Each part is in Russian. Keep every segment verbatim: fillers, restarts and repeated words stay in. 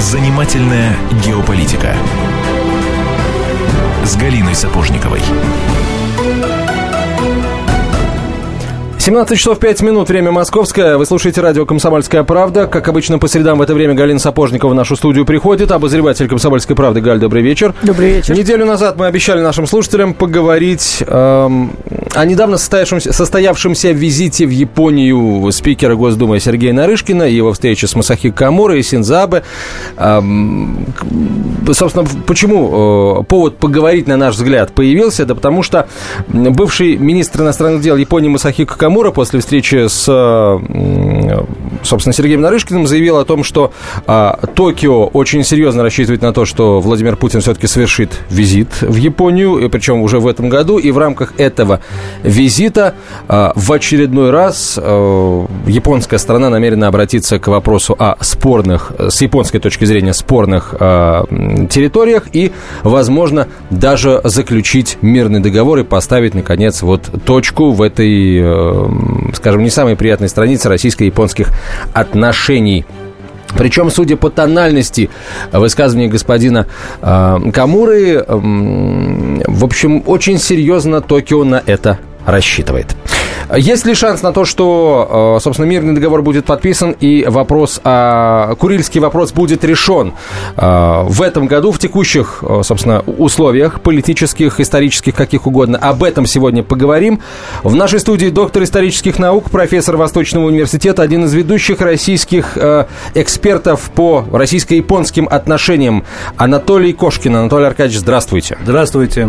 Занимательная геополитика с Галиной Сапожниковой. семнадцать часов пять минут, время московское. Вы слушаете радио «Комсомольская правда». Как обычно, по средам в это время Галина Сапожникова в нашу студию приходит. Обозреватель «Комсомольской правды». Галь, добрый вечер. Добрый вечер. Неделю назад мы обещали нашим слушателям поговорить эм, о недавно состоявшемся, состоявшемся визите в Японию спикера Госдумы Сергея Нарышкина и его встрече с Масахико Камурой и Синдзо Абэ. Эм, собственно, почему э, повод поговорить, на наш взгляд, появился? Да потому что бывший министр иностранных дел Японии Масахико Камура после встречи с, собственно, Сергеем Нарышкиным заявил о том, что а, Токио очень серьезно рассчитывает на то, что Владимир Путин все-таки совершит визит в Японию, и причем уже в этом году, и в рамках этого визита а, в очередной раз а, японская сторона намерена обратиться к вопросу о спорных, с японской точки зрения, спорных а, территориях и, возможно, даже заключить мирный договор и поставить, наконец, вот точку в этой, скажем, не самой приятной странице российско-японских отношений. Причем, судя по тональности высказывания господина э, Камуры, э, в общем, очень серьезно Токио на это рассчитывает. Есть ли шанс на то, что, собственно, мирный договор будет подписан и вопрос, а, Курильский вопрос будет решен в этом году в текущих, собственно, условиях политических, исторических, каких угодно? Об этом сегодня поговорим. В нашей студии доктор исторических наук, профессор Восточного университета, один из ведущих российских экспертов по российско-японским отношениям Анатолий Кошкин. Анатолий Аркадьевич, здравствуйте. Здравствуйте.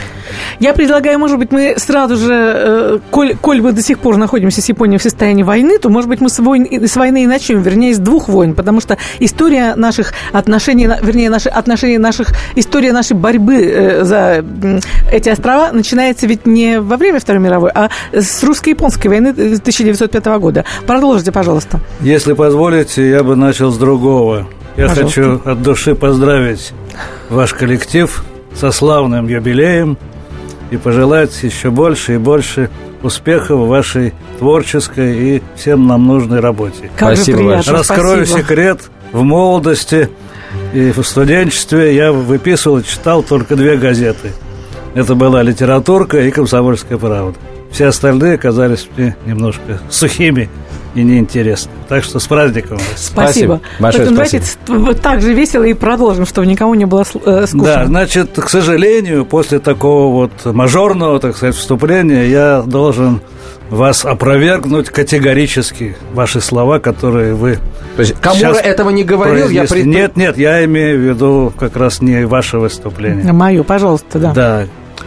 Я предлагаю, может быть, мы сразу же, э, коль, коль мы до сих пор находимся с Японией в состоянии войны, то, может быть, мы с, войн, с войны и начнем, вернее, с двух войн, потому что история наших отношений, вернее, наши отношения наших, история нашей борьбы э, за э, эти острова начинается ведь не во время Второй мировой, а с русско-японской войны тысяча девятьсот пятого года. Продолжите, пожалуйста. Если позволите, я бы начал с другого. Я Пожалуйста. хочу от души поздравить ваш коллектив со славным юбилеем и пожелать еще больше и больше успехов в вашей творческой и всем нам нужной работе. Как Спасибо же приятно. Раскрою Спасибо. секрет. В молодости и в студенчестве я выписывал и читал только две газеты. Это была «Литературка» и «Комсомольская правда». Все остальные оказались мне немножко сухими и неинтересными. Так что с праздником вас. Спасибо. Большое Поэтому спасибо. давайте вот так же весело и продолжим, чтобы никому не было э, скучно. Да, значит, к сожалению, после такого вот мажорного, так сказать, вступления я должен вас опровергнуть категорически, ваши слова, которые вы... То есть Камура сейчас этого не говорил? Я произнесли. пред... Нет, нет, я имею в виду как раз не ваше выступление. Мою, пожалуйста, да. Да.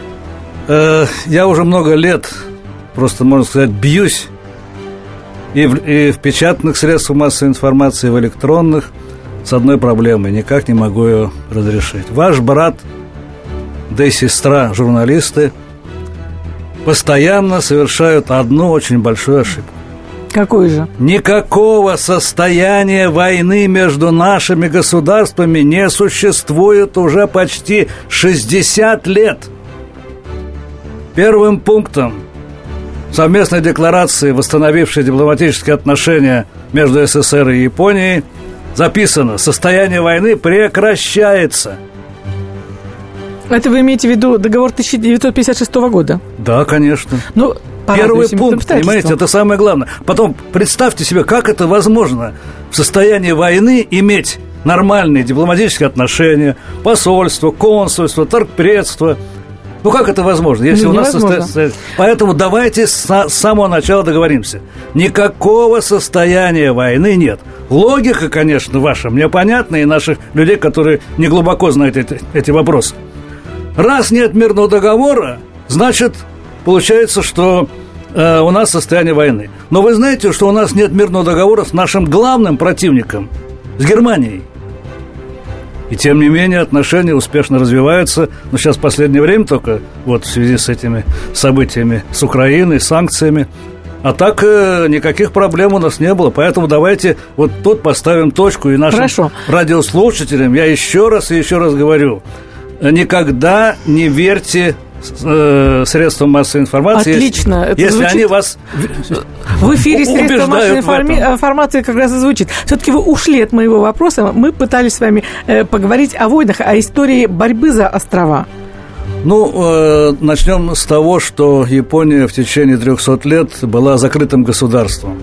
Э, я уже много лет, просто, можно сказать, бьюсь и в, и в печатных средствах массовой информации, и в электронных с одной проблемой. Никак не могу ее разрешить. Ваш брат, да и сестра, журналисты, постоянно совершают одну очень большую ошибку. Какой же? Никакого состояния войны между нашими государствами не существует уже почти шестьдесят лет. Первым пунктом совместной декларации, восстановившей дипломатические отношения между СССР и Японией, записано: состояние войны прекращается. Это вы имеете в виду договор тысяча девятьсот пятьдесят шестого года? Да, конечно. Ну, Первый пункт, понимаете, это самое главное. Потом представьте себе, как это возможно в состоянии войны иметь нормальные дипломатические отношения, посольство, консульство, торгпредство. Ну, как это возможно, если ну, у нас невозможно. состояние... Поэтому давайте с, с самого начала договоримся. Никакого состояния войны нет. Логика, конечно, ваша, мне понятна, и наших людей, которые не глубоко знают эти, эти вопросы. Раз нет мирного договора, значит, получается, что э, у нас состояние войны. Но вы знаете, что у нас нет мирного договора с нашим главным противником, с Германией. И тем не менее отношения успешно развиваются. Но сейчас в последнее время только вот в связи с этими событиями с Украиной, санкциями. А так э, никаких проблем у нас не было. Поэтому давайте вот тут поставим точку. И нашим Хорошо. радиослушателям я еще раз и еще раз говорю: никогда не верьте э, средствам массовой информации. Отлично. Если, если звучит... они вас в эфире средства массовой информи... информации как раз и звучит. Все-таки вы ушли от моего вопроса. Мы пытались с вами э, поговорить о войнах, о истории борьбы за острова. Ну, э, начнем с того, что Япония в течение трехсот лет была закрытым государством.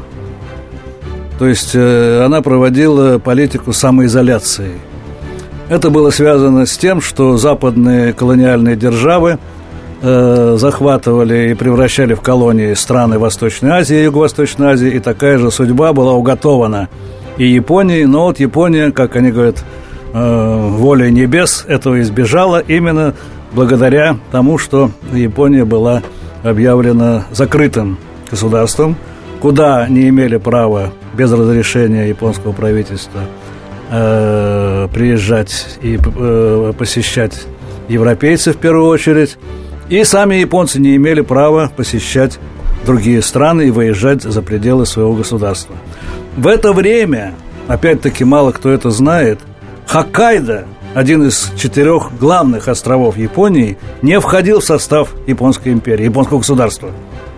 То есть э, она проводила политику самоизоляции. Это было связано с тем, что западные колониальные державы э, захватывали и превращали в колонии страны Восточной Азии и Юго-Восточной Азии, и такая же судьба была уготована и Японии. Но вот Япония, как они говорят, э, волей небес этого избежала именно благодаря тому, что Япония была объявлена закрытым государством, куда не имели права без разрешения японского правительства Э, приезжать и э, посещать европейцы в первую очередь. И сами японцы не имели права посещать другие страны и выезжать за пределы своего государства. В это время, опять-таки мало кто это знает, Хоккайдо, один из четырех главных островов Японии, не входил в состав Японской империи, японского государства.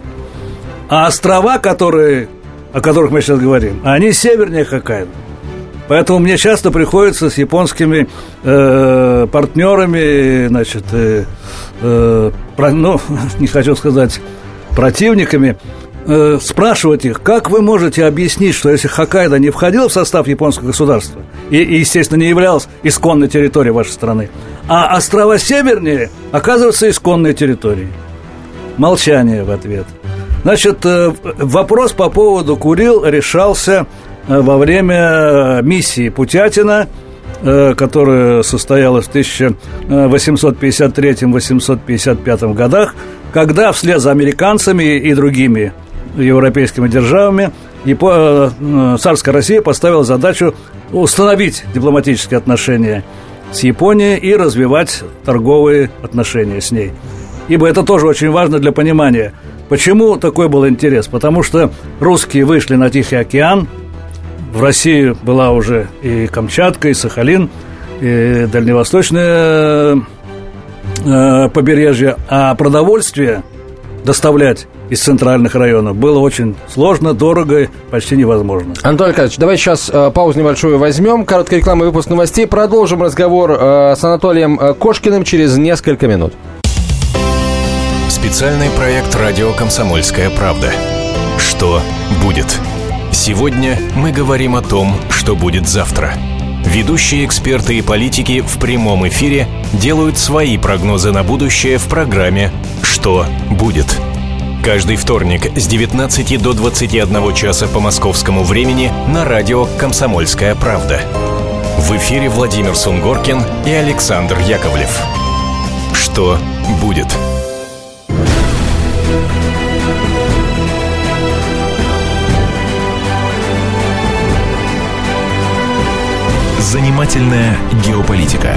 А острова, которые, о которых мы сейчас говорим, они севернее Хоккайдо. Поэтому мне часто приходится с японскими э, партнерами, значит, э, э, про, ну, не хочу сказать противниками, э, спрашивать их, как вы можете объяснить, что если Хоккайдо не входил в состав японского государства и, и, естественно, не являлся исконной территорией вашей страны, а острова севернее оказываются исконной территорией? Молчание в ответ. Значит, э, вопрос по поводу Курил решался во время миссии Путятина, которая состоялась в тысяча восемьсот пятьдесят третьем — восемьсот пятьдесят пятом годах, когда вслед за американцами и другими европейскими державами царская Россия поставила задачу установить дипломатические отношения с Японией и развивать торговые отношения с ней. Ибо это тоже очень важно для понимания. Почему такой был интерес? Потому что русские вышли на Тихий океан. В России была уже и Камчатка, и Сахалин, и дальневосточное э, побережье. А продовольствие доставлять из центральных районов было очень сложно, дорого и почти невозможно. Анатолий Аркадьевич, давай сейчас э, паузу небольшую возьмем. Короткая реклама и выпуск новостей. Продолжим разговор э, с Анатолием Кошкиным через несколько минут. Специальный проект «Радио Комсомольская правда». Что будет? Сегодня мы говорим о том, что будет завтра. Ведущие эксперты и политики в прямом эфире делают свои прогнозы на будущее в программе «Что будет?». Каждый вторник с девятнадцати до двадцати одного часа по московскому времени на радио «Комсомольская правда». В эфире Владимир Сунгоркин и Александр Яковлев. Что будет? Занимательная геополитика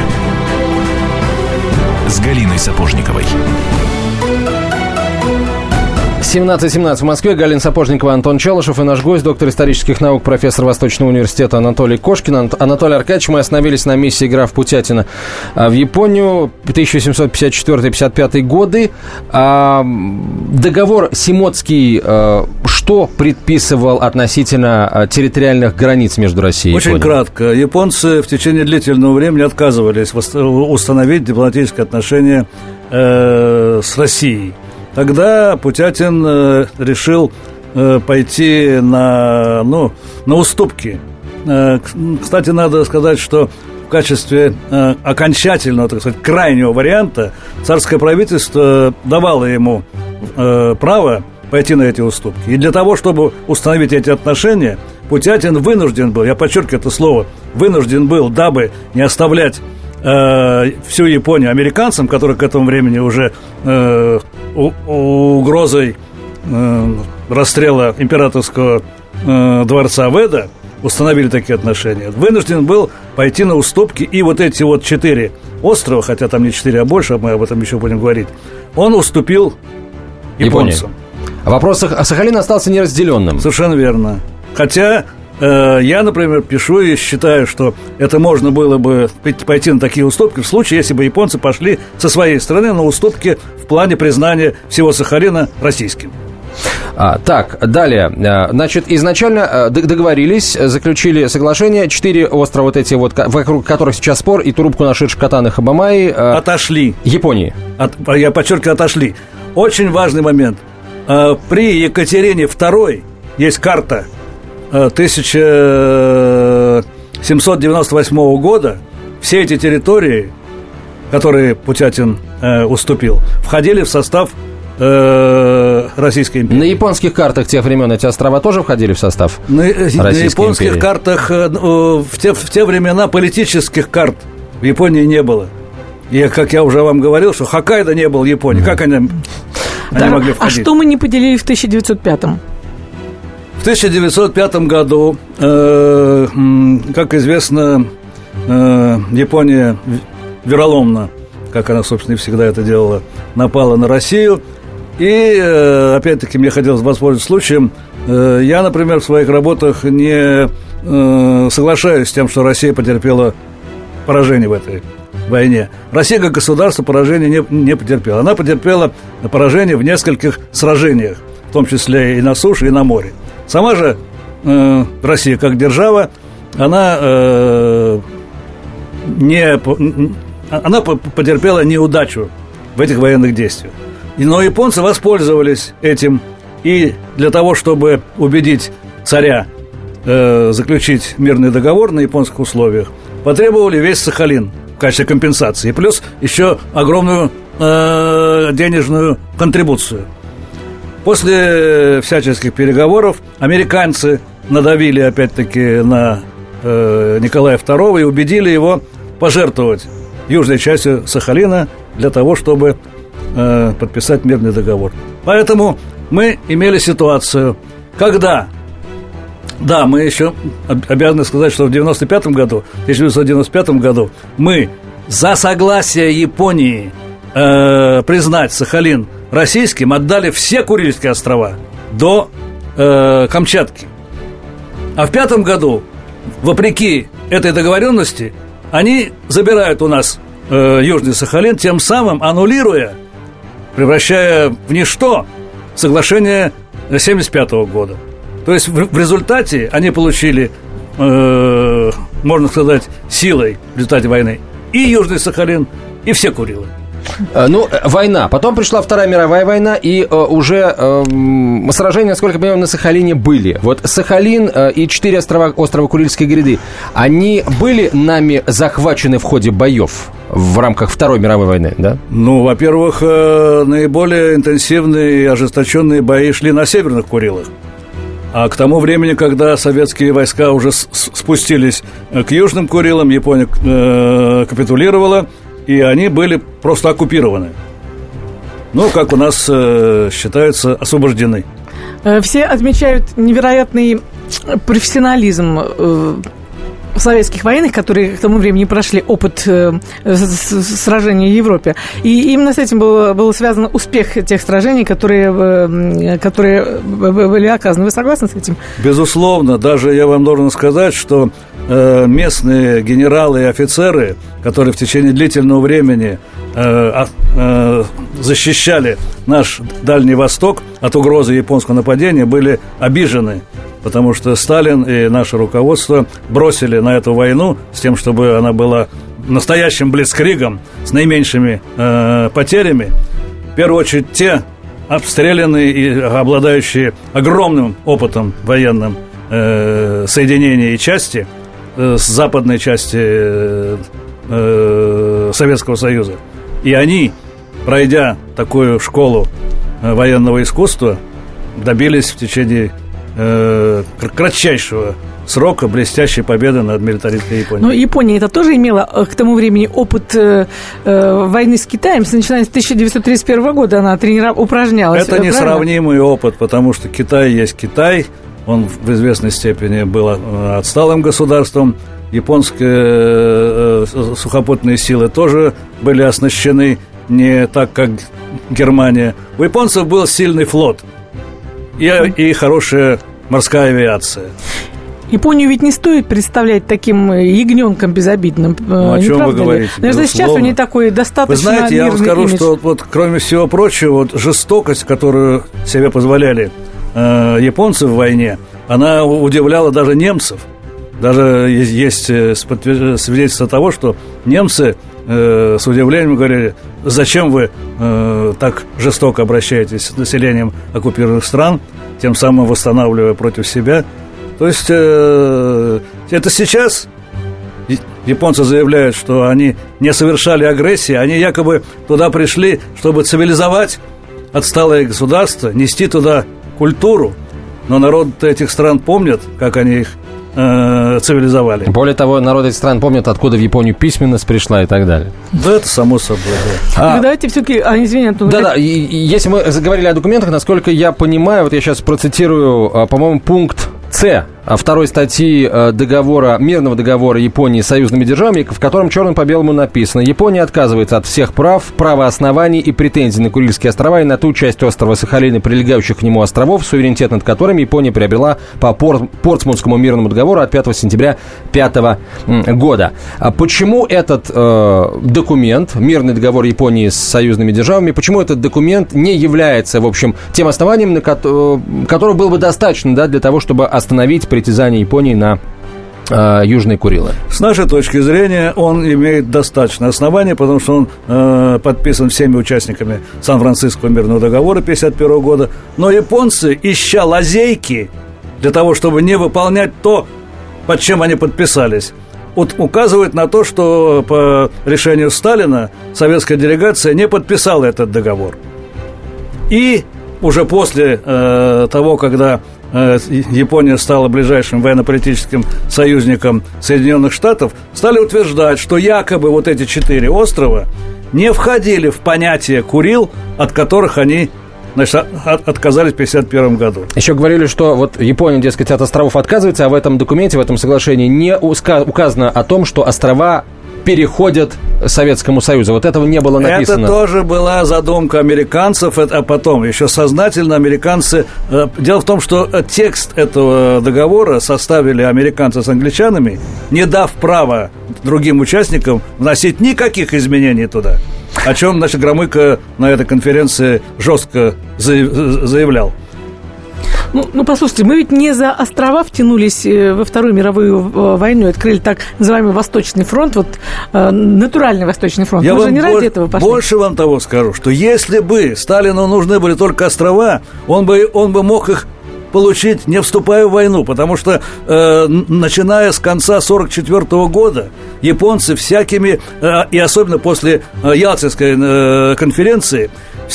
с Галиной Сапожниковой. семнадцать семнадцать в Москве. Галина Сапожникова, Антон Челышев и наш гость, доктор исторических наук, профессор Восточного университета Анатолий Кошкин. Анатолий Аркадьевич, мы остановились на миссии граф Путятина в Японию, тысяча семьсот пятьдесят четвёртый — пятьдесят пятый годы. Договор Симотский что предписывал относительно территориальных границ между Россией и Японией? Очень кратко. Японцы в течение длительного времени отказывались установить дипломатические отношения э, с Россией. Тогда Путятин э, решил э, пойти на, ну, на уступки. Э, кстати, надо сказать, что в качестве э, окончательного, так сказать, крайнего варианта царское правительство давало ему э, право пойти на эти уступки. И для того, чтобы установить эти отношения, Путятин вынужден был, я подчеркиваю это слово, вынужден был, дабы не оставлять э, всю Японию американцам, которые к этому времени уже э, у, угрозой э, расстрела императорского э, дворца Веда установили такие отношения, вынужден был пойти на уступки, и вот эти вот четыре острова, хотя там не четыре, а больше, мы об этом еще будем говорить, он уступил японцам. А вопрос о Сахалине остался неразделенным. Совершенно верно. Хотя Я, например, пишу и считаю, что это можно было бы пойти на такие уступки в случае, если бы японцы пошли со своей стороны на уступки в плане признания всего Сахалина российским. А, так, далее. Значит, изначально договорились, заключили соглашение. Четыре острова вот эти вот, вокруг которых сейчас спор, и трубку на Ширш-Катан и Хабамаи. Отошли. Японии. От, я подчеркиваю, отошли. Очень важный момент. При Екатерине второй есть карта тысяча семьсот девяносто восьмого года. Все эти территории, которые Путятин э, уступил, входили в состав э, Российской империи. На японских картах тех времен эти острова тоже входили в состав на, Российской на японских империи? картах э, в, те, в те времена политических карт в Японии не было. И, как я уже вам говорил, что Хоккайдо не был в Японии. Mm-hmm. Как они, да. они могли входить? А что мы не поделили в тысяча девятьсот пятом? В тысяча девятьсот пятом году, э, как известно, э, Япония вероломно, как она, собственно, и всегда это делала, напала на Россию. И, э, опять-таки, мне хотелось воспользоваться случаем. Э, я, например, в своих работах не э, соглашаюсь с тем, что Россия потерпела поражение в этой войне. Россия как государство поражения не, не потерпела. Она потерпела поражение в нескольких сражениях, в том числе и на суше, и на море. Сама же э, Россия как держава, она, э, не, она потерпела неудачу в этих военных действиях. Но японцы воспользовались этим и для того, чтобы убедить царя э, заключить мирный договор на японских условиях, потребовали весь Сахалин в качестве компенсации, и плюс еще огромную э, денежную контрибуцию. После всяческих переговоров американцы надавили опять-таки на э, Николая второго и убедили его пожертвовать южной частью Сахалина для того, чтобы э, подписать мирный договор. Поэтому мы имели ситуацию, когда, да, мы еще обязаны сказать, что в девяносто пятом году, тысяча девятьсот девяносто пятом году мы за согласие Японии э, признать Сахалин российским отдали все Курильские острова до э, Камчатки. А в пятом году, вопреки этой договоренности, они забирают у нас э, Южный Сахалин, тем самым аннулируя, превращая в ничто соглашение семьдесят пятого года. То есть в, в результате они получили, э, можно сказать, силой в результате войны и Южный Сахалин, и все Курилы. Ну, война. Потом пришла Вторая мировая война, и э, уже э, сражения, насколько я понимаю, на Сахалине были. Вот Сахалин э, и четыре острова, острова Курильской гряды, они были нами захвачены в ходе боев в рамках Второй мировой войны, да? Ну, во-первых, э, наиболее интенсивные и ожесточенные бои шли на Северных Курилах. А к тому времени, когда советские войска уже с- спустились к Южным Курилам, Япония э, капитулировала, и они были просто оккупированы. Ну, как у нас э, считается, освобождены. Все отмечают невероятный профессионализм э, советских военных, которые к тому времени прошли опыт э, сражений в Европе. И именно с этим был, был связан успех тех сражений, которые, э, которые были оказаны. Вы согласны с этим? Безусловно. Даже я вам должен сказать, что э, местные генералы и офицеры, которые в течение длительного времени э, э, защищали наш Дальний Восток от угрозы японского нападения, были обижены, потому что Сталин и наше руководство бросили на эту войну с тем, чтобы она была настоящим блицкригом с наименьшими э, потерями. В первую очередь те обстрелянные и обладающие огромным опытом военным э, соединения и части э, с западной части э, э, Советского Союза. И они, пройдя такую школу э, военного искусства, добились в течение кратчайшего срока блестящей победы над милитаристской Японией. Но Япония это тоже имела к тому времени опыт э, войны с Китаем. Начиная с тысяча девятьсот тридцать первого года она тренировалась, упражнялась. Это несравнимый опыт, потому что Китай есть Китай. Он в известной степени был отсталым государством. Японские сухопутные силы тоже были оснащены не так, как Германия. У японцев был сильный флот и, и хорошая морская авиация. Японию ведь не стоит представлять таким ягненком безобидным. Ну, о чем вы говорите? Наверное, сейчас у нее такой достаточно. Вы знаете, я вам скажу, имидж. что вот, вот, кроме всего прочего, вот, жестокость, которую себе позволяли э, японцы в войне, она удивляла даже немцев. Даже есть, есть свидетельство того, что немцы э, с удивлением говорили: зачем вы э, так жестоко обращаетесь с населением оккупированных стран, тем самым восстанавливая против себя. То есть э, это сейчас японцы заявляют, что они не совершали агрессии, они якобы туда пришли, чтобы цивилизовать отсталое государство, нести туда культуру, но народ этих стран помнит, как они их э, цивилизовали. Более того, народ этих стран помнит, откуда в Японию письменность пришла и так далее. Да, это само собой, да. А, давайте все-таки, а, извини, Антон. Да-да, и, и если мы заговорили о документах, насколько я понимаю, вот я сейчас процитирую, по-моему, пункт С второй статьи договора, мирного договора Японии с союзными державами, в котором черным по белому написано: Япония отказывается от всех прав, права оснований и претензий на Курильские острова и на ту часть острова Сахалин и прилегающих к нему островов, суверенитет над которыми Япония приобрела по Пор- Портсмутскому мирному договору от пятого сентября пятого года. А почему этот э, документ, мирный договор Японии с союзными державами, почему этот документ не является, в общем, тем основанием, на ко- которого было бы достаточно, да, для того, чтобы остановить притязание Японии на э, Южные Курилы? С нашей точки зрения, он имеет достаточное основание, потому что он э, подписан всеми участниками Сан-Франциского мирного договора пятьдесят первого года. Но японцы, ища лазейки для того, чтобы не выполнять то, под чем они подписались, вот указывают на то, что по решению Сталина советская делегация не подписала этот договор. И уже после э, того, когда Япония стала ближайшим военно-политическим союзником Соединенных Штатов, стали утверждать, что якобы вот эти четыре острова не входили в понятие Курил, от которых они, значит, от, отказались в тысяча девятьсот пятьдесят первом году. Еще говорили, что вот Япония, дескать, от островов отказывается, а в этом документе, в этом соглашении не указано о том, что острова переходят Советскому Союзу. Вот этого не было написано. Это тоже была задумка американцев, а потом еще сознательно американцы... Дело в том, что текст этого договора составили американцы с англичанами, не дав права другим участникам вносить никаких изменений туда. О чем, значит, Громыко на этой конференции жестко заявлял. Ну, ну, послушайте, мы ведь не за острова втянулись во Вторую мировую войну, открыли так называемый Восточный фронт, вот э, натуральный Восточный фронт. Я мы вам же не больше, ради этого пошли. Больше вам того скажу, что если бы Сталину нужны были только острова, он бы, он бы мог их получить, не вступая в войну, потому что, э, начиная с конца сорок четвёртого года, японцы всякими, э, и особенно после э, Ялтинской э, конференции,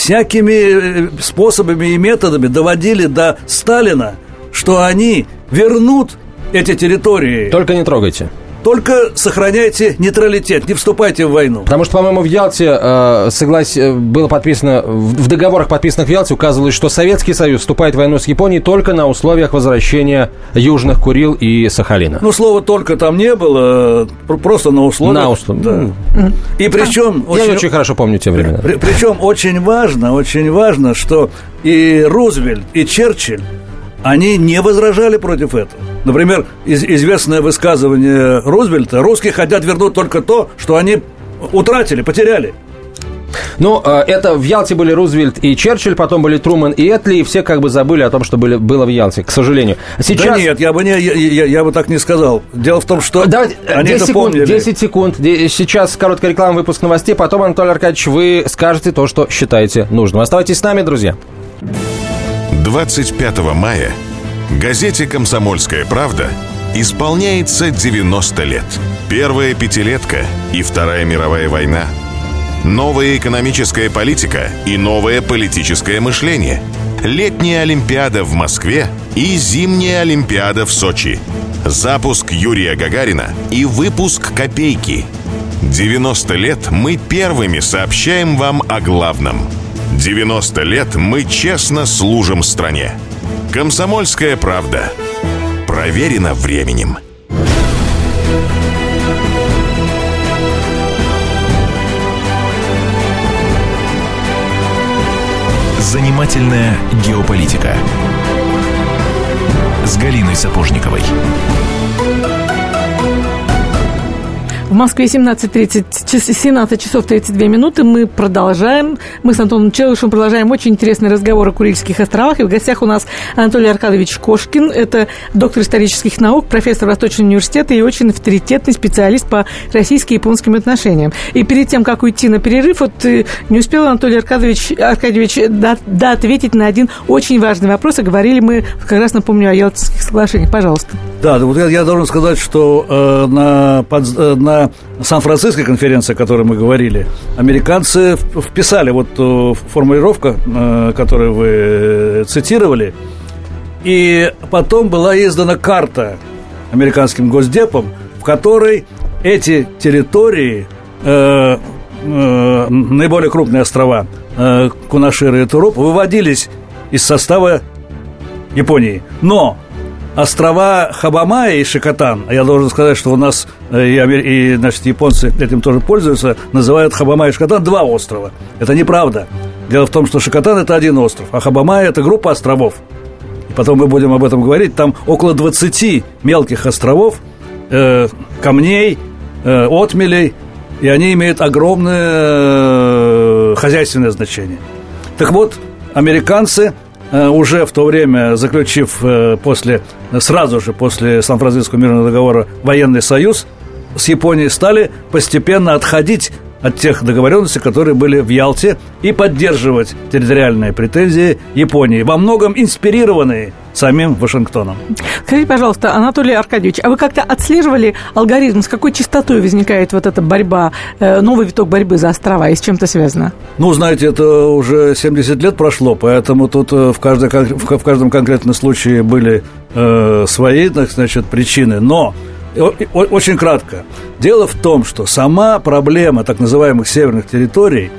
всякими способами и методами доводили до Сталина, что они вернут эти территории. Только не трогайте. Только сохраняйте нейтралитет, не вступайте в войну. Потому что, по-моему, в Ялте э, согласие было подписано, в, в договорах, подписанных в Ялте, указывалось, что Советский Союз вступает в войну с Японией только на условиях возвращения Южных Курил и Сахалина. Ну, слова «только» там не было, просто на условиях. На условиях. Да. И причем... Я очень, очень хорошо помню те времена. При, причем очень важно, очень важно, что и Рузвельт, и Черчилль, они не возражали против этого. Например, из, известное высказывание Рузвельта: русские хотят вернуть только то, что они утратили, потеряли. Ну, это в Ялте были Рузвельт и Черчилль, потом были Трумэн и Этли, и все как бы забыли о том, что были, было в Ялте, к сожалению. Сейчас... Да нет, я бы, не, я, я, я бы так не сказал. Дело в том, что Давайте, они это секунд, помнили. десять секунд. Сейчас короткая реклама, выпуск новостей, потом, Анатолий Аркадьевич, вы скажете то, что считаете нужным. Оставайтесь с нами, друзья. двадцать пятого мая газете «Комсомольская правда» исполняется девяносто лет. Первая пятилетка и Вторая мировая война. Новая экономическая политика и новое политическое мышление. Летняя Олимпиада в Москве и зимняя Олимпиада в Сочи. Запуск Юрия Гагарина и выпуск «Копейки». девяносто лет мы первыми сообщаем вам о главном. девяносто лет мы честно служим стране. «Комсомольская правда». Проверено временем. Занимательная геополитика. с Галиной Сапожниковой. В Москве семнадцать тридцать, семнадцать часов тридцать две минуты. Мы продолжаем. Мы с Антоном Челышевым продолжаем очень интересный разговор о Курильских островах. И в гостях у нас Анатолий Аркадьевич Кошкин. Это доктор исторических наук, профессор Восточного университета и очень авторитетный специалист по российско-японским отношениям. И перед тем, как уйти на перерыв, вот не успел Анатолий Аркадьевич, Аркадьевич да, да, ответить на один очень важный вопрос. И говорили мы, как раз напомню, о Ялтинских соглашениях. Пожалуйста. Да, вот я, я должен сказать, что э, на, под, э, на Сан-Франциской конференции, о которой мы говорили, американцы вписали вот э, формулировку, э, которую вы цитировали, и потом была издана карта американским Госдепом, в которой эти территории, э, э, наиболее крупные острова, э, Кунашира и Туроп, выводились из состава Японии. Но острова Хабамая и Шикотан, я должен сказать, что у нас и, и значит, японцы этим тоже пользуются, называют Хабамая и Шикотан два острова. Это неправда. Дело в том, что Шикотан – это один остров, а Хабамая – это группа островов. И потом мы будем об этом говорить. Там около двадцати мелких островов, э, камней, э, отмелей, и они имеют огромное э, хозяйственное значение. Так вот, американцы уже в то время, заключив после, сразу же после Сан-Франциского мирного договора военный союз с Японией, стали постепенно отходить от тех договоренностей, которые были в Ялте, и поддерживать территориальные претензии Японии, во многом инспирированные самим Вашингтоном. Скажите, пожалуйста, Анатолий Аркадьевич, а вы как-то отслеживали алгоритм, с какой частотой возникает вот эта борьба, новый виток борьбы за острова, и с чем это связано? Ну, знаете, это уже семьдесят лет прошло, поэтому тут в, каждой, в каждом конкретном случае были э, свои, значит, причины, но очень кратко. Дело в том, что сама проблема так называемых северных территорий,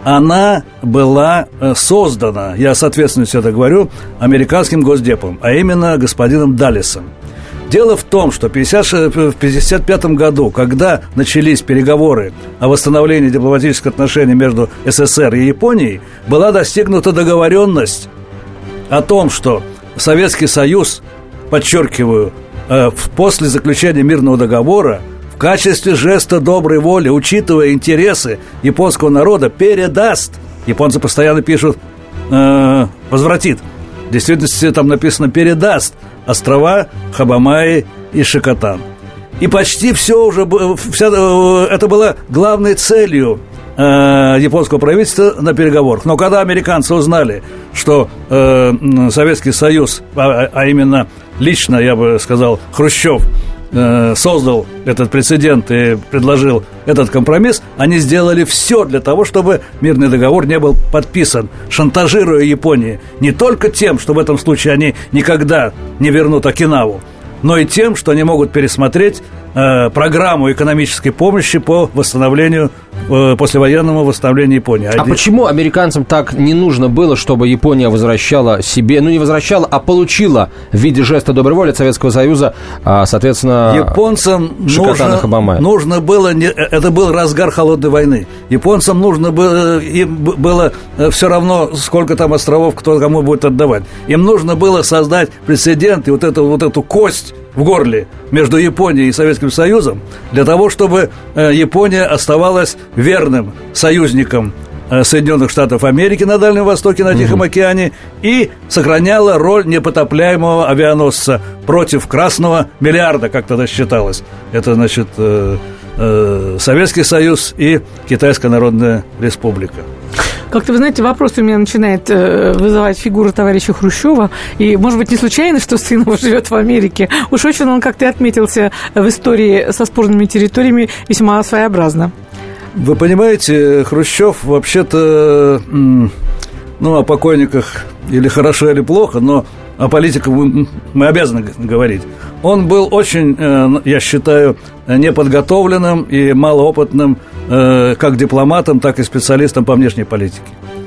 она была создана, я с ответственностью это говорю, американским Госдепом, а именно господином Даллесом. Дело в том, что в пятьдесят пятом году, когда начались переговоры о восстановлении дипломатических отношений между СССР и Японией, была достигнута договоренность о том, что Советский Союз, подчеркиваю, после заключения мирного договора в качестве жеста доброй воли, учитывая интересы японского народа, передаст, японцы постоянно пишут э, возвратит, в действительности там написано передаст острова Хабамаи и Шикотан. И почти все уже, вся, это было главной целью э, японского правительства на переговорах. Но когда американцы узнали, что э, Советский Союз, а, а именно лично, я бы сказал, Хрущев э, создал этот прецедент и предложил этот компромисс, они сделали все для того, чтобы мирный договор не был подписан, шантажируя Японию не только тем, что в этом случае они никогда не вернут Окинаву, но и тем, что они могут пересмотреть э, программу экономической помощи по восстановлению, э, послевоенному восстановлению Японии. А Один... почему американцам так не нужно было, чтобы Япония возвращала себе, ну не возвращала, а получила в виде жеста доброй воли от Советского Союза, а, соответственно, японцам нужно, нужно было, не, это был разгар холодной войны, японцам нужно было, им было все равно, сколько там островов кто кому будет отдавать. Им нужно было создать прецедент и вот эту, вот эту кость в горле между Японией и Советским Союзом для того, чтобы Япония оставалась верным союзником Соединенных Штатов Америки на Дальнем Востоке, на Тихом океане, и сохраняла роль непотопляемого авианосца против Красного миллиарда, как тогда считалось. Это, значит, Советский Союз и Китайская Народная Республика. Как-то, вы знаете, вопрос у меня начинает э, вызывать фигура товарища Хрущева. И, может быть, не случайно, что сын его живет в Америке. Уж очень он как-то отметился в истории со спорными территориями весьма своеобразно. Вы понимаете, Хрущев вообще-то, ну, о покойниках или хорошо, или плохо, но о политиках мы, мы обязаны говорить. Он был очень, я считаю, неподготовленным и малоопытным как дипломатом, так и специалистом по внешней политике.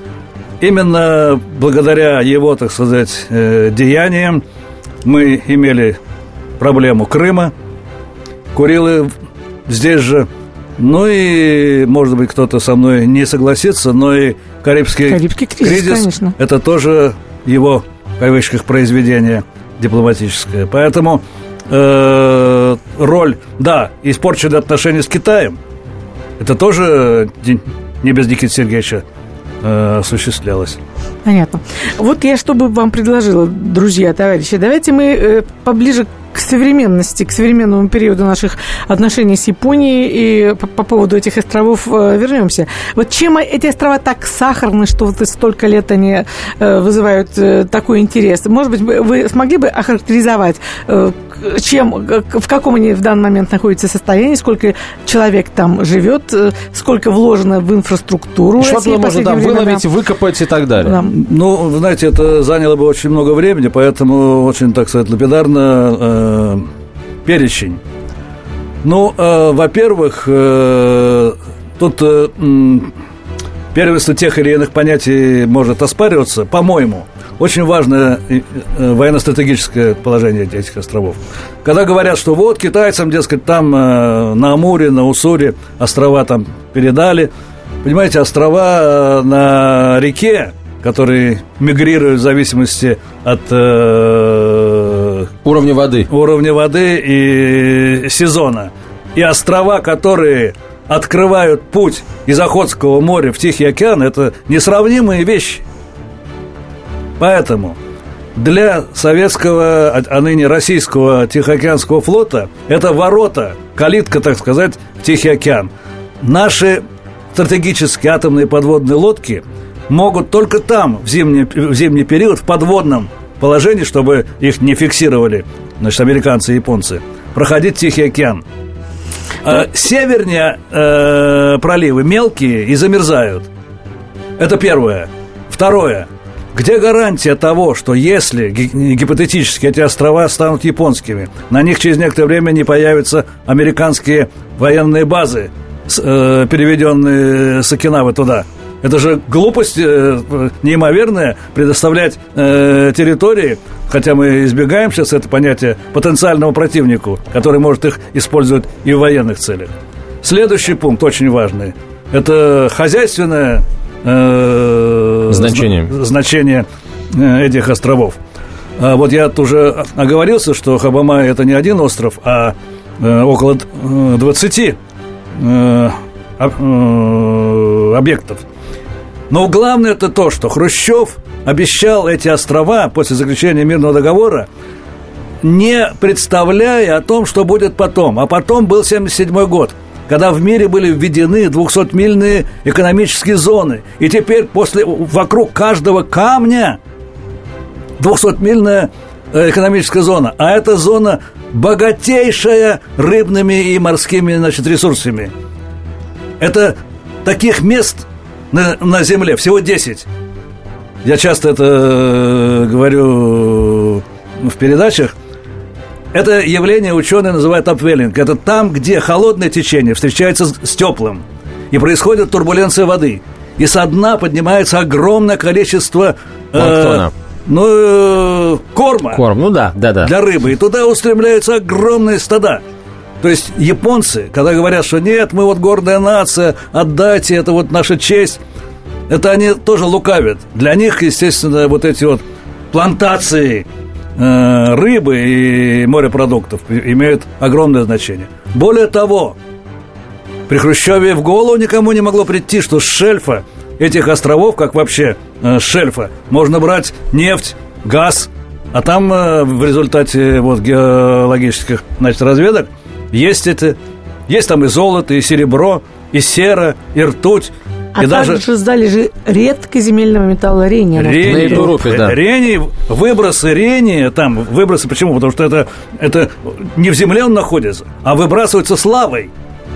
Именно благодаря его, так сказать, деяниям мы имели проблему Крыма, Курилы здесь же. Ну и, может быть, кто-то со мной не согласится, но и Карибский, Карибский кризис, кризис конечно. Это тоже его, в кавычках, произведение. дипломатическая. Поэтому э, роль, да, испорченные отношения с Китаем, это тоже не без Никиты Сергеевича э, осуществлялось. Понятно. Вот я что бы вам предложила, друзья, товарищи. Давайте мы э, поближе к современности, к современному периоду наших отношений с Японией и по, по поводу этих островов э, вернемся. Вот чем эти острова так сахарны, что вот столько лет они э, вызывают э, такой интерес? Может быть, вы смогли бы охарактеризовать, э, чем, в каком они в данный момент находятся состоянии, сколько человек там живет, э, сколько вложено в инфраструктуру? Что можно там выловить, выкопать и так далее? Да. Ну, знаете, это заняло бы очень много времени, поэтому очень, так сказать, лапидарно э, перечень. Ну, э, во-первых, э, тут э, первенство тех или иных понятий может оспариваться, по-моему. Очень важное э, военно-стратегическое положение этих островов. Когда говорят, что вот китайцам, дескать, там э, на Амуре, на Уссури острова там передали. Понимаете, острова э, на реке, которые мигрируют в зависимости от э, уровня воды. уровня воды и сезона. И острова, которые открывают путь из Охотского моря в Тихий океан, это несравнимые вещи. Поэтому для советского, а ныне российского Тихоокеанского флота это ворота, калитка, так сказать, в Тихий океан. Наши стратегические атомные подводные лодки могут только там, в зимний, в зимний период, в подводном положении, чтобы их не фиксировали, значит, американцы и японцы, проходить Тихий океан. А севернее э, проливы мелкие и замерзают. Это первое. Второе. Где гарантия того, что если гипотетически эти острова станут японскими, на них через некоторое время не появятся американские военные базы, э, переведенные с Окинавы туда? Это же глупость э, неимоверная предоставлять э, территории, хотя мы избегаем сейчас это понятие, потенциальному противнику, который может их использовать и в военных целях. Следующий пункт очень важный. Это хозяйственное э, значение, зна- значение э, этих островов. А вот я уже оговорился, что Хабамай – это не один остров, а э, около двадцати э, э, объектов. Но главное это то, что Хрущев обещал эти острова после заключения мирного договора, не представляя о том, что будет потом. А потом был семьдесят седьмой год, когда в мире были введены двухсотмильные экономические зоны. И теперь после, вокруг каждого камня двухсотмильная экономическая зона. А эта зона богатейшая рыбными и морскими, значит, ресурсами. Это таких мест на, на Земле всего десять. Я часто это э, говорю в передачах. Это явление ученые называют апвеллинг. Это там, где холодное течение встречается с, с теплым, и происходит турбуленция воды. И со дна поднимается огромное количество э, ну, э, корма. Корм, ну да, да, да. Для рыбы. И туда устремляются огромные стада. То есть японцы, когда говорят, что нет, мы вот гордая нация, отдайте, это вот наша честь, это они тоже лукавят. Для них, естественно, вот эти вот плантации э, рыбы и морепродуктов имеют огромное значение. Более того, при Хрущеве в голову никому не могло прийти, что с шельфа этих островов, как вообще э, с шельфа, можно брать нефть, газ, а там э, в результате вот, геологических, значит, разведок есть это, есть там и золото, и серебро, и сера, и ртуть. А и также даже залежи редкоземельного металла рения. Рени, на Европе, да. Рени, выбросы рения, там, выбросы, почему? Потому что это, это не в земле он находится, а выбрасывается с лавой.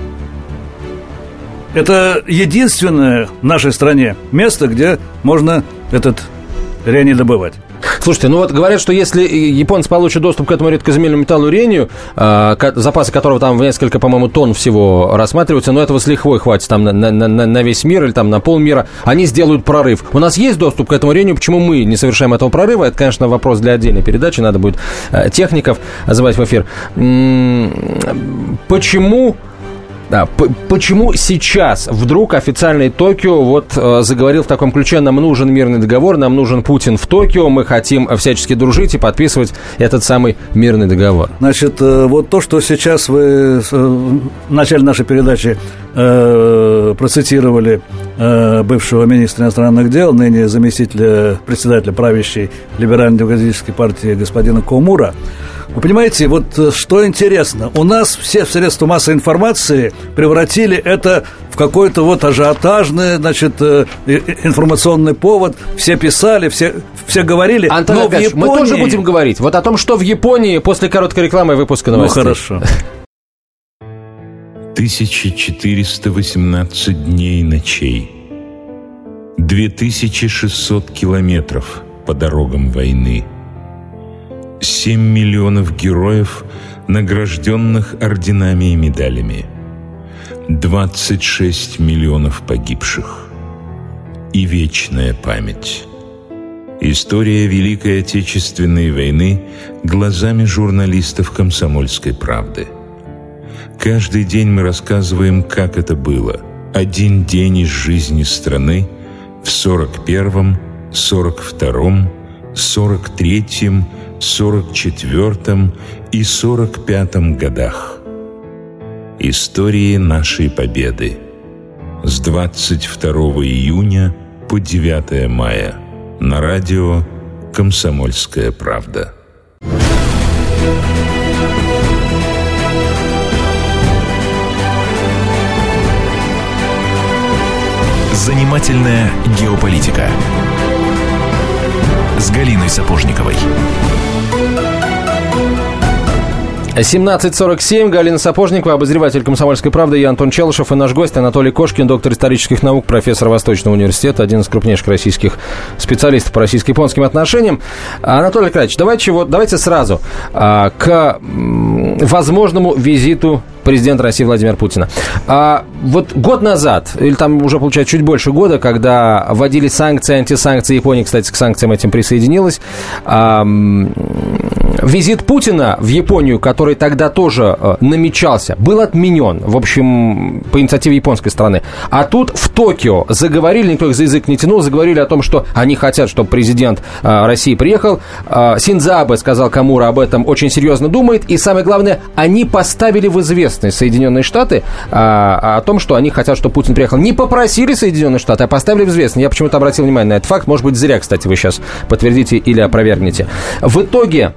Это единственное в нашей стране место, где можно этот рений добывать. Слушайте, ну вот говорят, что если японцы получат доступ к этому редкоземельному металлу рению, э, запасы которого там в несколько, по-моему, тонн всего рассматриваются, но этого с лихвой хватит там на, на, на, на весь мир или там на полмира, они сделают прорыв. У нас есть доступ к этому рению, почему мы не совершаем этого прорыва? Это, конечно, вопрос для отдельной передачи, надо будет э, техников звать в эфир. М-м, почему Да, почему сейчас вдруг официальный Токио вот э, заговорил в таком ключе: нам нужен мирный договор, нам нужен Путин в Токио, мы хотим всячески дружить и подписывать этот самый мирный договор? Значит, э, вот то, что сейчас вы э, в начале нашей передачи э, процитировали э, бывшего министра иностранных дел, ныне заместителя председателя правящей либерально-демократической партии господина Комура. Вы понимаете, вот что интересно, у нас все средства массовой информации превратили это в какой-то вот ажиотажный, значит, информационный повод. Все писали, все, все говорили. Антон Аркадьевич, Японии... мы тоже будем говорить вот о том, что в Японии после короткой рекламы и выпуска новостей. Ну, хорошо. тысяча четыреста восемнадцать дней и ночей, две тысячи шестьсот километров по дорогам войны, семь миллионов героев, награжденных орденами и медалями, двадцать шесть миллионов погибших и вечная память. История Великой Отечественной войны глазами журналистов «Комсомольской правды». Каждый день мы рассказываем, как это было. Один день из жизни страны в сорок первом, сорок втором, сорок третьем, сорок четвертом и сорок пятом годах. Истории нашей победы с двадцать второго июня по девятое мая на радио «Комсомольская правда». Занимательная геополитика с Галиной Сапожниковой. семнадцать сорок семь. Галина Сапожникова, обозреватель «Комсомольской правды», я Антон Челышев, и наш гость Анатолий Кошкин, доктор исторических наук, профессор Восточного университета, один из крупнейших российских специалистов по российско-японским отношениям. Анатолий Аркадьевич, давайте, вот, давайте сразу а, к м, возможному визиту президента России Владимира Путина. А, вот год назад, или там уже, получается, чуть больше года, когда вводили санкции, антисанкции, Япония, кстати, к санкциям этим присоединилась, а, м, визит Путина в Японию, который тогда тоже э, намечался, был отменен, в общем, по инициативе японской стороны. А тут в Токио заговорили, никто их за язык не тянул, заговорили о том, что они хотят, чтобы президент э, России приехал. Э, Синдзо Абэ, сказал Комура, об этом очень серьезно думает. И самое главное, они поставили в известность Соединенные Штаты э, о том, что они хотят, чтобы Путин приехал. Не попросили Соединенные Штаты, а поставили в известность. Я почему-то обратил внимание на этот факт. Может быть, зря, кстати, вы сейчас подтвердите или опровергнете. В итоге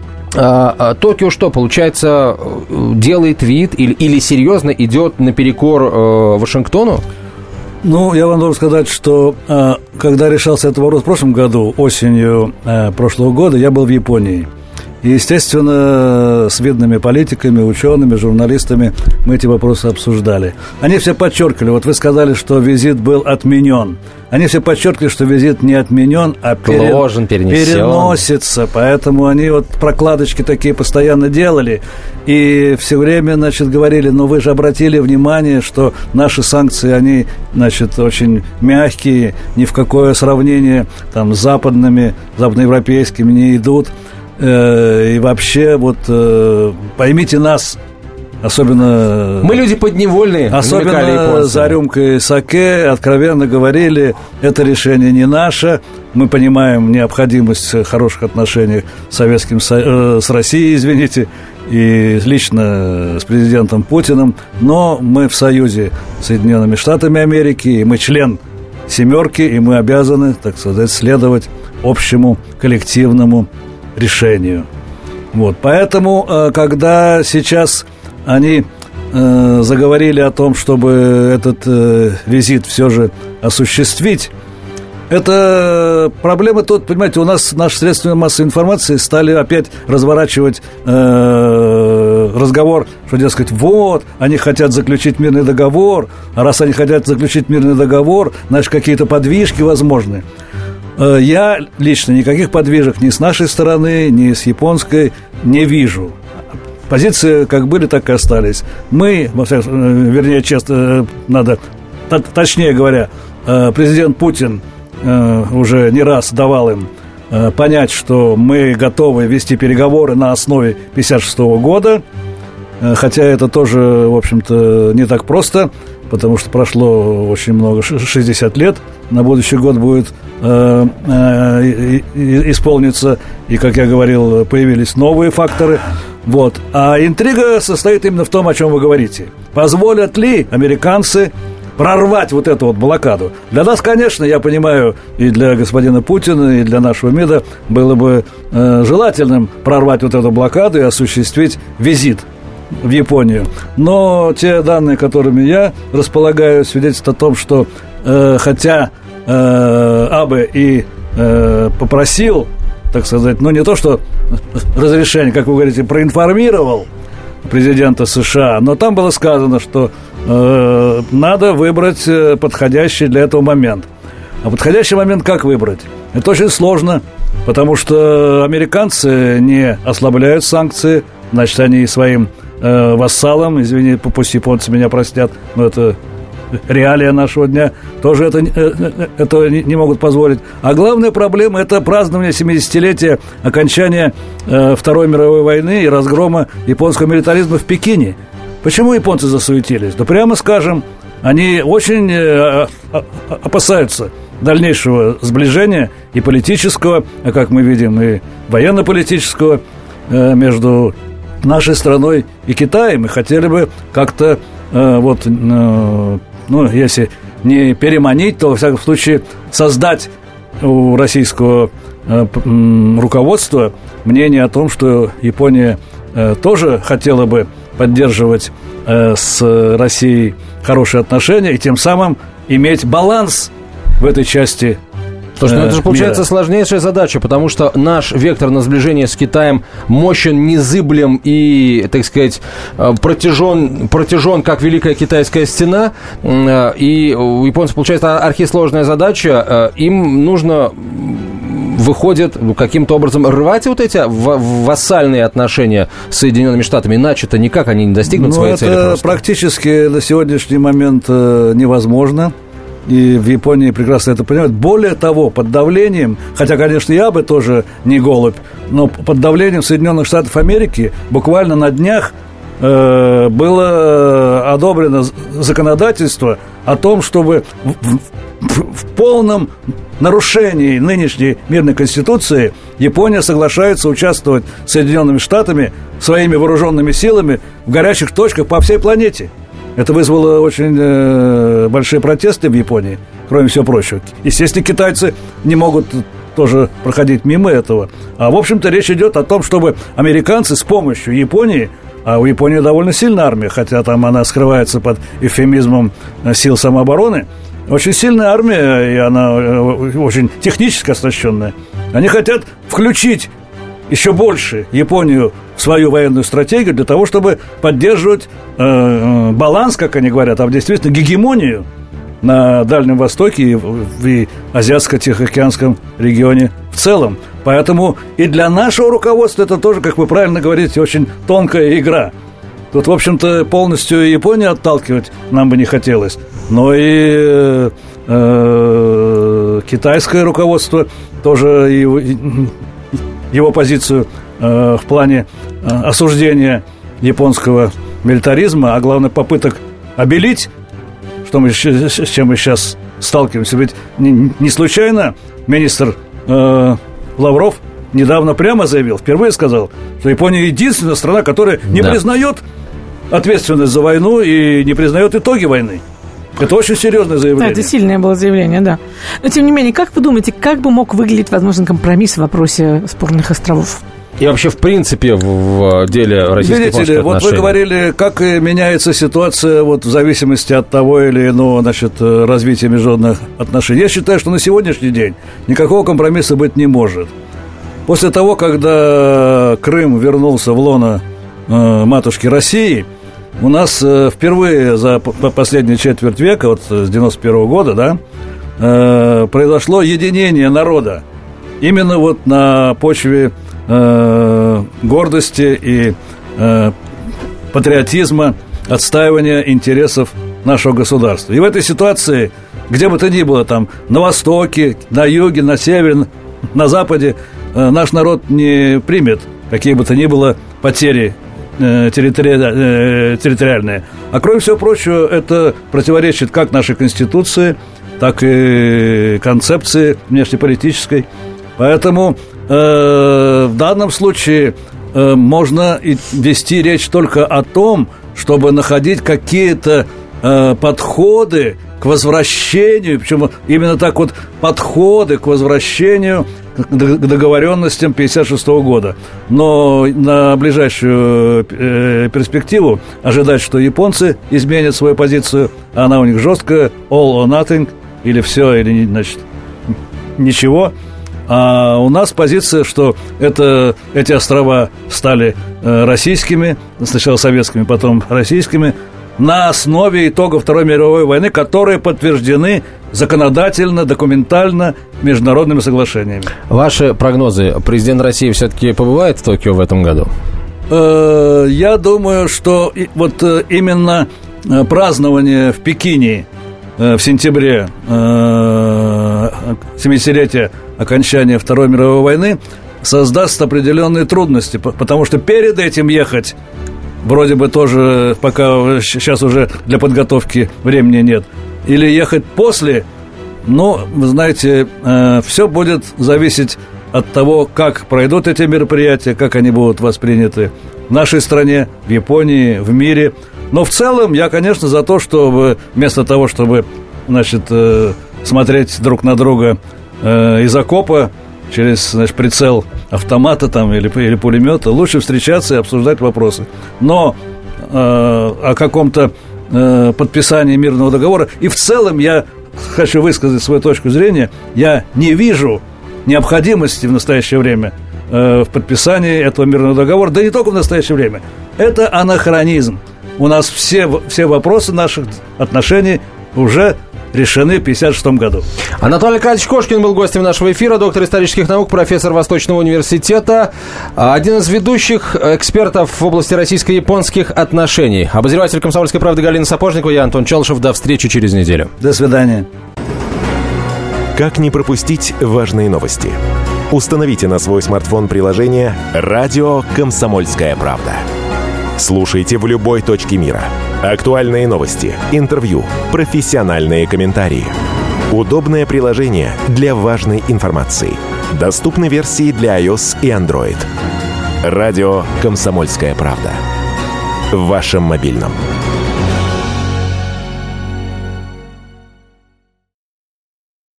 Токио что, получается, делает вид или, или серьезно идет наперекор э, Вашингтону? Ну, я вам должен сказать, что э, когда решался этот вопрос в прошлом году, осенью э, прошлого года, я был в Японии. И, естественно, с видными политиками, учеными, журналистами мы эти вопросы обсуждали. Они все подчеркивали, вот вы сказали, что визит был отменен. Они все подчеркивали, что визит не отменен, а пере... Ложен, переносится. Поэтому они вот прокладочки такие постоянно делали. И все время, значит, говорили, ну вы же обратили внимание, что наши санкции, они, значит, очень мягкие, ни в какое сравнение там, с западными, западноевропейскими не идут. И вообще, вот поймите нас, особенно... Мы люди подневольные. Особенно за рюмкой саке откровенно говорили, это решение не наше. Мы понимаем необходимость хороших отношений с Советским Со... с Россией, извините, и лично с президентом Путиным. Но мы в союзе с Соединенными Штатами Америки, и мы член «семерки», и мы обязаны, так сказать, следовать общему коллективному решению. Вот. Поэтому, когда сейчас они э, заговорили о том, чтобы этот э, визит все же осуществить, это проблема тут, понимаете, у нас наши средства массовой информации стали опять разворачивать э, разговор, что, дескать, вот, они хотят заключить мирный договор, а раз они хотят заключить мирный договор, значит, какие-то подвижки возможны. Я лично никаких подвижек ни с нашей стороны, ни с японской не вижу. Позиции как были, так и остались. Мы, вернее, честно, надо, точнее говоря, президент Путин уже не раз давал им понять, что мы готовы вести переговоры на основе пятьдесят шестого года. хотя это тоже, в общем-то, не так просто, потому что прошло очень много, шестьдесят лет, на будущий год будет э, э, исполниться, и, как я говорил, появились новые факторы. Вот. А интрига состоит именно в том, о чем вы говорите. Позволят ли американцы прорвать вот эту вот блокаду? Для нас, конечно, я понимаю, и для господина Путина, и для нашего МИДа было бы э, желательным прорвать вот эту блокаду и осуществить визит в Японию. Но те данные, которыми я располагаю, свидетельствуют о том, что э, хотя э, Абе и э, попросил, так сказать, ну не то что разрешение, как вы говорите, проинформировал президента США, но там было сказано, что э, надо выбрать подходящий для этого момент. А подходящий момент как выбрать? Это очень сложно, потому что американцы не ослабляют санкции, значит, они своим э, вассалам, извини, пусть японцы меня простят, но это реалия нашего дня, тоже это, э, это не, не могут позволить. А главная проблема – это празднование семидесятилетия окончания э, Второй мировой войны и разгрома японского милитаризма в Пекине. Почему японцы засуетились? Да прямо скажем, они очень э, опасаются дальнейшего сближения и политического, а как мы видим, и военно-политического э, между нашей страной и Китаем, и хотели бы как-то э, вот, э, ну, если не переманить, то, во всяком случае, создать у российского э, руководства мнение о том, что Япония э, тоже хотела бы поддерживать э, с Россией хорошие отношения и тем самым иметь баланс в этой части. Слушай, ну это же получается мира. Сложнейшая задача, потому что наш вектор на сближение с Китаем мощен, незыблем и, так сказать, протяжен, протяжен как Великая Китайская стена. И у японцев получается архисложная задача. Им нужно, выходит, каким-то образом рвать вот эти вассальные отношения с Соединенными Штатами. Иначе-то никак они не достигнут ну, своей цели. Это практически на сегодняшний момент невозможно. И в Японии прекрасно это понимают. Более того, под давлением, хотя, конечно, я бы тоже не голубь, но под давлением Соединенных Штатов Америки буквально на днях э, было одобрено законодательство о том, чтобы в, в, в полном нарушении нынешней мирной конституции Япония соглашается участвовать с Соединенными Штатами своими вооруженными силами в горячих точках по всей планете. Это вызвало очень э, большие протесты в Японии, кроме всего прочего. Естественно, китайцы не могут тоже проходить мимо этого. А, в общем-то, речь идет о том, чтобы американцы с помощью Японии, а у Японии довольно сильная армия, хотя там она скрывается под эвфемизмом сил самообороны, очень сильная армия, и она очень технически оснащенная. Они хотят включить еще больше Японию в свою военную стратегию для того, чтобы поддерживать э, баланс, как они говорят, а действительно гегемонию на Дальнем Востоке и в и Азиатско-Тихоокеанском регионе в целом. Поэтому и для нашего руководства это тоже, как вы правильно говорите, очень тонкая игра. Тут, в общем-то, полностью Японию отталкивать нам бы не хотелось, но и э, э, китайское руководство тоже его, его позицию э, в плане э, осуждения японского милитаризма, а главное попыток обелить, что мы, с чем мы сейчас сталкиваемся. Ведь не, не случайно министр э, Лавров недавно прямо заявил, впервые сказал, что Япония единственная страна, которая не да. признает ответственность за войну и не признает итоги войны. Это очень серьезное заявление. Да, это сильное было заявление, да. Но, тем не менее, как вы думаете, как бы мог выглядеть возможный компромисс в вопросе спорных островов? И вообще, в принципе, в деле российско-японских отношений. Вот вы говорили, как меняется ситуация вот, в зависимости от того или иного, значит, развития международных отношений. Я считаю, что на сегодняшний день никакого компромисса быть не может. После того, когда Крым вернулся в лоно э, матушки России, у нас э, впервые за последнюю четверть века, вот с девяносто первого года, да, э, произошло единение народа. Именно вот на почве э, гордости и э, патриотизма, отстаивания интересов нашего государства. И в этой ситуации, где бы то ни было, там, на востоке, на юге, на севере, на западе, э, наш народ не примет какие бы то ни было потери э, территори... э, территориальные. А кроме всего прочего, это противоречит как нашей Конституции, так и концепции внешнеполитической. Поэтому э, в данном случае э, можно и вести речь только о том, чтобы находить какие-то э, подходы к возвращению, причем именно так вот подходы к возвращению к договоренностям пятьдесят шестого года. Но на ближайшую э, перспективу ожидать, что японцы изменят свою позицию, она у них жесткая, all or nothing, или все, или, значит, ничего. А у нас позиция, что это, эти острова стали э, российскими, сначала советскими, потом российскими, на основе итогов Второй мировой войны, которые подтверждены законодательно, документально международными соглашениями. Ваши прогнозы. Президент России все-таки побывает в Токио в этом году? Э, я думаю, что вот именно празднование в Пекине в сентябре семидесятилетия окончания Второй мировой войны создаст определенные трудности, потому что перед этим ехать вроде бы тоже пока сейчас уже для подготовки времени нет. Или ехать после, но, вы знаете, э, все будет зависеть от того, как пройдут эти мероприятия, как они будут восприняты в нашей стране, в Японии, в мире. Но в целом я, конечно, за то, чтобы вместо того, чтобы, значит, э, смотреть друг на друга э, из окопа, через, значит, прицел автомата там, или, или пулемета, лучше встречаться и обсуждать вопросы. Но э, о каком-то э, подписании мирного договора, и в целом я хочу высказать свою точку зрения, я не вижу необходимости в настоящее время э, в подписании этого мирного договора, да не только в настоящее время. Это анахронизм. У нас все, все вопросы наших отношений уже решены в пятьдесят шестом году. Анатолий Аркадьевич Кошкин был гостем нашего эфира, доктор исторических наук, профессор Восточного университета, один из ведущих экспертов в области российско-японских отношений. Обозреватель «Комсомольской правды» Галина Сапожникова, я Антон Челышев. До встречи через неделю. До свидания. Как не пропустить важные новости? Установите на свой смартфон приложение «Радио Комсомольская правда». Слушайте в любой точке мира. Актуальные новости, интервью, профессиональные комментарии. Удобное приложение для важной информации. Доступны версии для iOS и Android. Радио «Комсомольская правда». В вашем мобильном.